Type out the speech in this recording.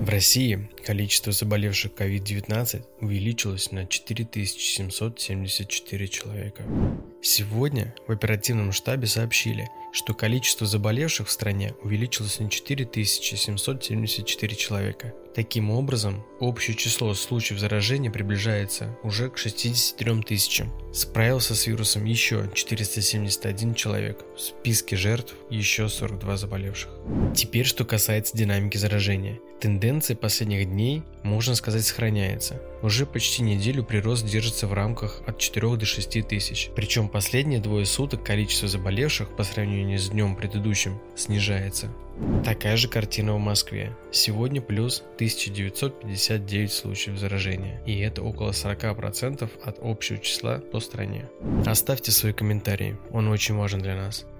В России количество заболевших COVID-19 увеличилось на 4774 человека. Сегодня в оперативном штабе сообщили, что количество заболевших в стране увеличилось на 4774 человека. Таким образом, общее число случаев заражения приближается уже к 63 тысячам. Справился с вирусом еще 471 человек. В списке жертв еще 42 заболевших. Теперь, что касается динамики заражения. Тенденция последних дней, можно сказать, сохраняется. Уже почти неделю прирост держится в рамках от 4 до 6 тысяч. Причем последние двое суток количество заболевших по сравнению с днем предыдущим снижается. Такая же картина в Москве. Сегодня плюс 1959 случаев заражения. И это около 40% от общего числа по стране. Оставьте свои комментарии, он очень важен для нас.